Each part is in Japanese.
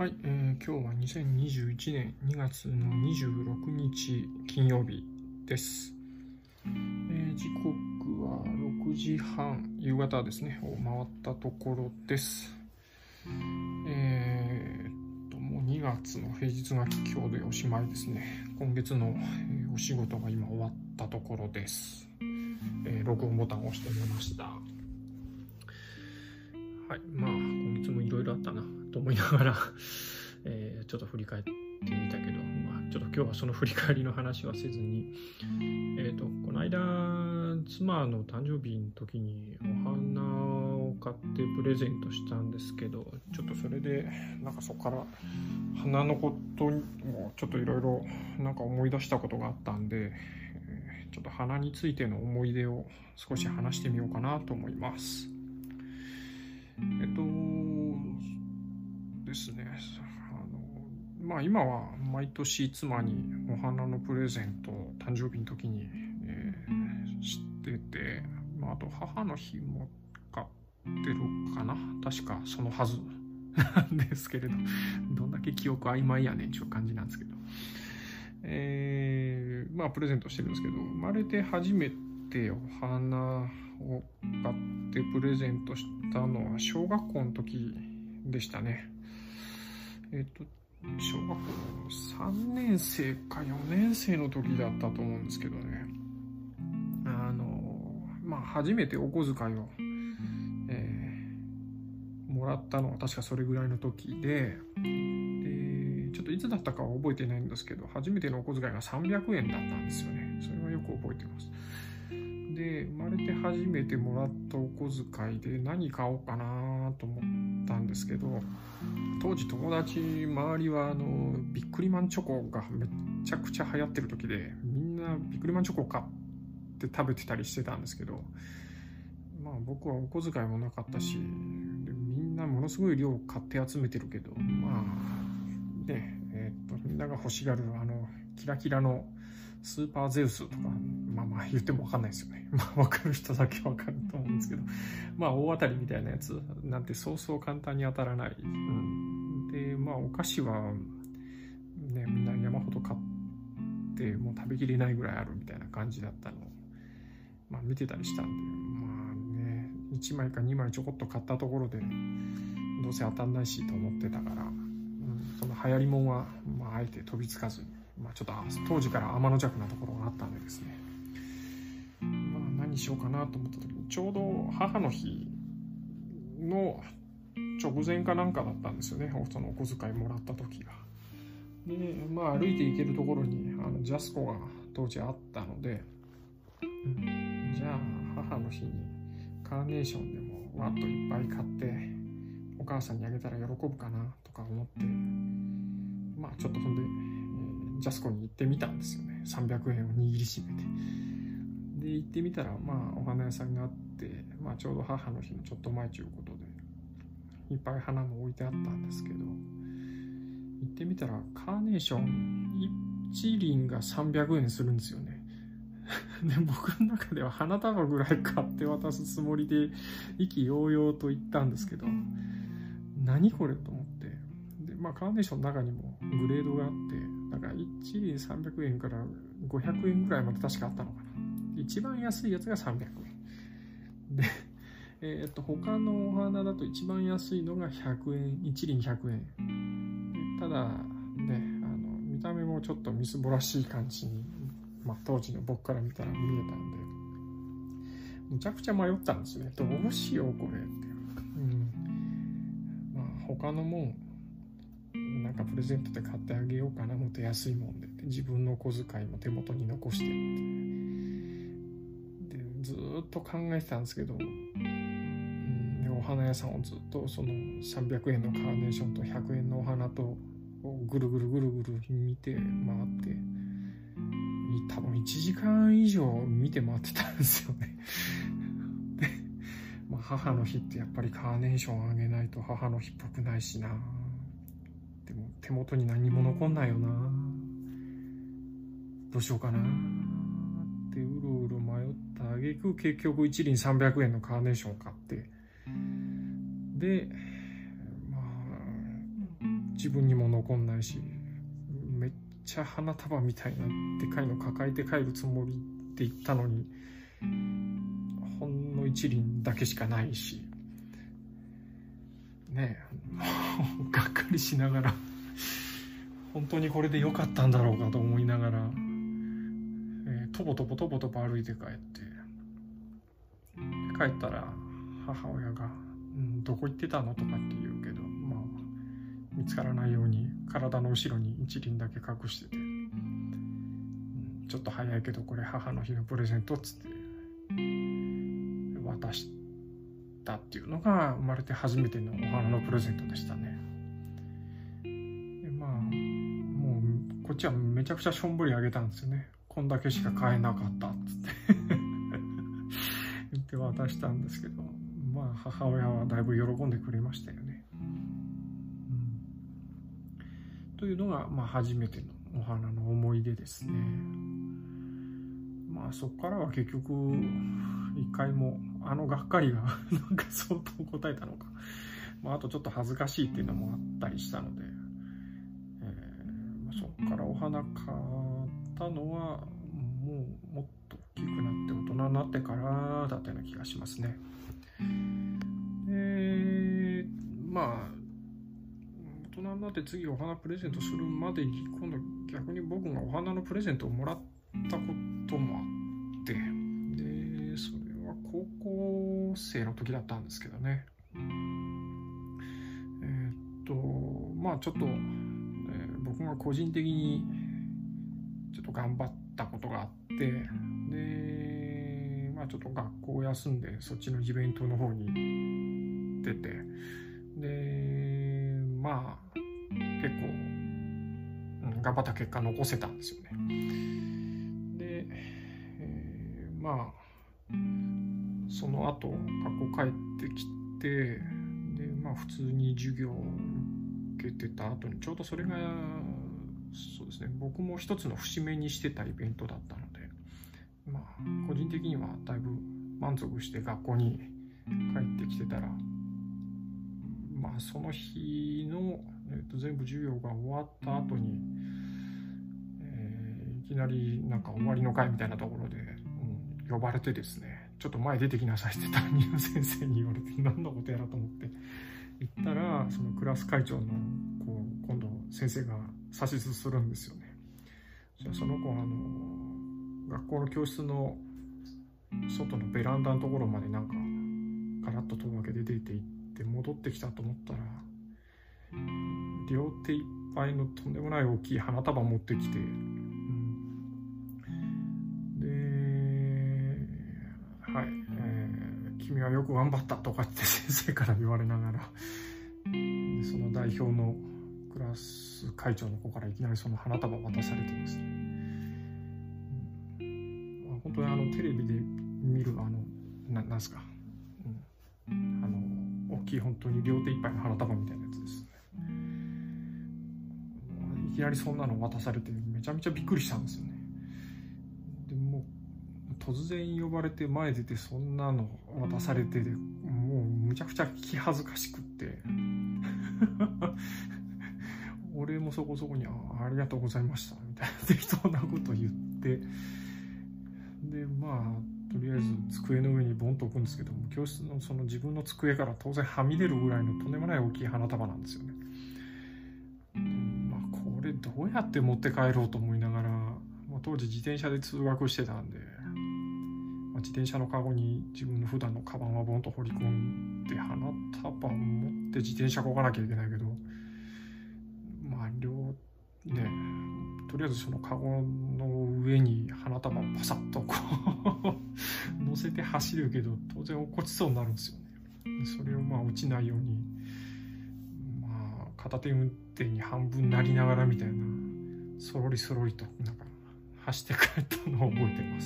はい、今日は2021年2月の26日金曜日です。時刻は6時半、夕方ですね、を回ったところです。もう2月の平日が今日でおしまいですね。今月の、お仕事が今終わったところです。録音ボタンを押してみました。はい、今月もいろいろあったなと思いながら、ちょっと振り返ってみたけど、ちょっと今日はその振り返りの話はせずに、この間妻の誕生日の時にお花を買ってプレゼントしたんですけど、ちょっとそれでなんかそこから花のことをちょっといろいろなんか思い出したことがあったんで、ちょっと花についての思い出を少し話してみようかなと思います。ですね、今は毎年妻にお花のプレゼントを誕生日の時に、してて、あと母の日も買ってるかな、確かそのはずなんですけれど、どんだけ記憶曖昧やねんっていう感じなんですけど、プレゼントしてるんですけど、生まれて初めてお花を買ってプレゼントしたのは小学校の時でしたね。小学校3年生か4年生の時だったと思うんですけどね、初めてお小遣いを、もらったのは確かそれぐらいの時で、ちょっといつだったかは覚えてないんですけど、初めてのお小遣いが300円だったんですよね。それはよく覚えてます。で、生まれて初めてもらったお小遣いで何買おうかなと思ったんですけど、当時友達周りはビックリマンチョコがめちゃくちゃ流行ってる時で、みんなビックリマンチョコを買って食べてたりしてたんですけど、僕はお小遣いもなかったし、みんなものすごい量買って集めてるけど、みんなが欲しがるキラキラのスーパーゼウスとか、言っても分かんないですよね。分かる人だけ分かると思うんですけど、大当たりみたいなやつなんてそうそう簡単に当たらない。で、お菓子はね、みんな山ほど買ってもう食べきれないぐらいあるみたいな感じだったのを、見てたりしたんで、1枚か2枚ちょこっと買ったところでどうせ当たんないしと思ってたから、その流行りもんは、あえて飛びつかずに、ちょっと当時から天の弱なところがあったんでですね、何しようかなと思った時にちょうど母の日の直前かなんかだったんですよね、そのお小遣いもらった時が。で、歩いて行けるところにジャスコが当時あったので、じゃあ母の日にカーネーションでもわっといっぱい買ってお母さんにあげたら喜ぶかなとか思って、ちょっとほんで、ジャスコに行ってみたんですよね。300円を握りしめて。で、行ってみたら、お花屋さんがあって、ちょうど母の日のちょっと前ということで、いっぱい花も置いてあったんですけど、行ってみたら、カーネーション1輪が300円するんですよね。で、僕の中では花束ぐらい買って渡すつもりで、意気揚々と行ったんですけど、何これと思って。で、カーネーションの中にもグレードがあって、だから1輪300円から500円ぐらいまで確かあったのかな。一番安いやつが300円。で、他のお花だと一番安いのが100円、1輪100円。ただ、ね、見た目もちょっとみすぼらしい感じに、当時の僕から見たら見えたんで、むちゃくちゃ迷ったんですね。どうしようこれって。他のもんなんかプレゼントで買ってあげようかな、もっと安いもんで、自分の小遣いも手元に残してってでずっと考えてたんですけど、でお花屋さんをずっとその300円のカーネーションと100円のお花とぐるぐるぐるぐる見て回って多分1時間以上見て回ってたんですよね。で、母の日ってやっぱりカーネーションあげないと母の日っぽくないしな。でも手元に何も残んないよな。どうしようかなってうろうろ迷った挙句、結局1輪300円のカーネーションを買って、で、 自分にも残んないし、めっちゃ花束みたいなでかいの抱えて帰るつもりで行ったのに、ほんの一輪だけしかないしねえ、がっかりしながら本当にこれで良かったんだろうかと思いながら、とぼとぼ歩いて帰ったら母親が「どこ行ってたの?」とかって言うけど、まあ見つからないように体の後ろに一輪だけ隠してて、ちょっと早いけどこれ母の日のプレゼントっつって渡したっていうのが生まれて初めてのお花のプレゼントでしたね。でまあもうこっちはめちゃくちゃしょんぼりあげたんですよね。こんだけしか買えなかったっつって言って渡したんですけど、まあ母親はだいぶ喜んでくれましたよね。というのが、まあ、初めてのお花の思い出ですね。まあそこからは結局一回もがっかりがなんか相当答えたのか、まあ、あとちょっと恥ずかしいっていうのもあったりしたので、そこからお花買ったのはもっと大きくなって大人になってからだったような気がしますね。まあ大人になって次お花プレゼントするまでに今度逆に僕がお花のプレゼントをもらったこともあって、でそれは高校生の時だったんですけどね。まあちょっと、僕が個人的にちょっと頑張ったことがあって、でまあちょっと学校を休んでそっちのイベントの方に出て、でまあ結構、頑張った結果残せたんですよね。で、まあその後学校帰ってきて、でまあ普通に授業を受けてた後にちょうどそれがそうですね、僕も一つの節目にしてたイベントだったので、まあ個人的にはだいぶ満足して学校に帰ってきてたら、まあその日の、全部授業が終わった後に、いきなりなんか終わりの会みたいなところで、呼ばれてですね、ちょっと前出てきなさいって担任の先生に言われて、何のことやらと思って行ったら、そのクラス会長の今度先生が指図するんですよね。その子は学校の教室の外のベランダのところまでなんかガラッと戸を開けて出て行って戻ってきたと思ったら、両手いっぱいのとんでもない大きい花束持ってきて、で「はい、君はよく頑張った」とかって先生から言われながら、でその代表のクラス会長の子からいきなりその花束渡されてですね、本当にテレビで見るなんすか、大きい本当に両手いっぱいの花束みたいなやつですね。いきなりそんなの渡されてめちゃめちゃびっくりしたんですよね。でも突然呼ばれて前出てそんなの渡されて、もうむちゃくちゃ気恥ずかしくって俺もそこそこに「ありがとうございました」みたいな適当なこと言って、でまあとりあえず机の上にボンと置くんですけども、教室のその自分の机から当然はみ出るぐらいのとんでもない大きい花束なんですよね。まあこれどうやって持って帰ろうと思いながら、当時自転車で通学してたんで、自転車のカゴに自分の普段のカバンはボンと放り込んで、花束を持って自転車こがなきゃいけないけど、まあとりあえずそのカゴの上に花束をパサッとこう乗せて走るけど、当然落っこちそうになるんですよね。それをまあ落ちないように、まあ片手運転に半分なりながらみたいな、そろりそろりとなんか走って帰ったのを覚えてます。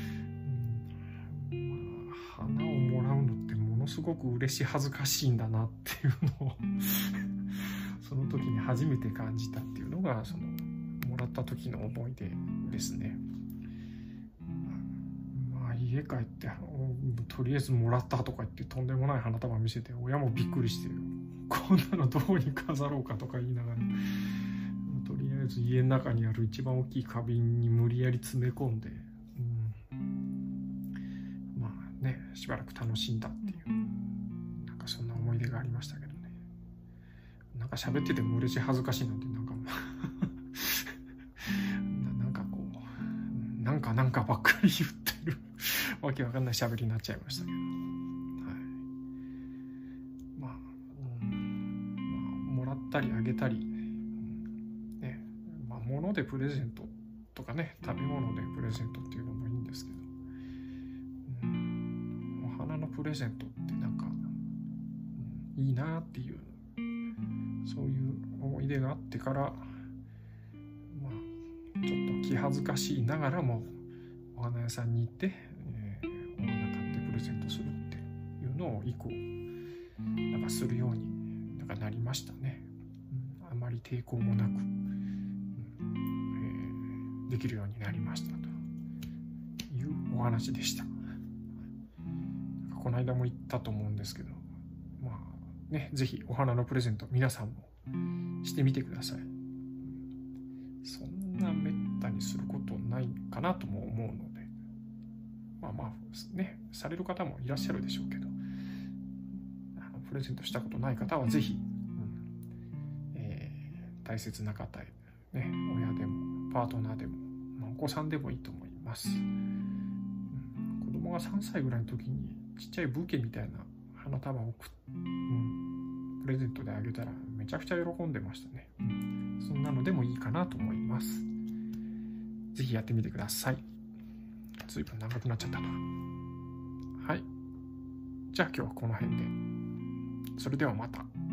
花をもらうのってものすごく嬉しい恥ずかしいんだなっていうのをその時に初めて感じたっていうのが、そのもらった時の思い出ですね。まあ家帰ってとりあえずもらったとか言ってとんでもない花束見せて、親もびっくりしてこんなのどうに飾ろうかとか言いながら、とりあえず家の中にある一番大きい花瓶に無理やり詰め込んで、まあね、しばらく楽しんだっていう、なんかそんな思い出がありましたけどね。なんか喋ってても嬉しい恥ずかしいなんて、なんかなんかこうなんかばっかり言ってるわけわかんない喋りになっちゃいましたけど、もらったりあげたり、ね、物でプレゼントとかね、食べ物でプレゼントっていうのもいいんですけど、お花のプレゼントってなんか、いいなっていう、そういう思い出があってから、ちょっと気恥ずかしいながらもお花屋さんに行って、お花買ってプレゼントするっていうのを以降なんかするようになりましたね。あまり抵抗もなく、できるようになりましたというお話でした。この間も言ったと思うんですけど、ぜひお花のプレゼント皆さんもしてみてください。そんなめったにすることないかなとも思うので、される方もいらっしゃるでしょうけど、プレゼントしたことない方はぜひ、大切な方へ、ね、親でもパートナーでも、お子さんでもいいと思います。子供が3歳ぐらいの時にちっちゃいブーケみたいな花束をプレゼントであげたらめちゃくちゃ喜んでましたね。そんなのでもいいかなと思います。ぜひやってみてください。随分長くなっちゃったな。はい。じゃあ今日はこの辺で。それではまた。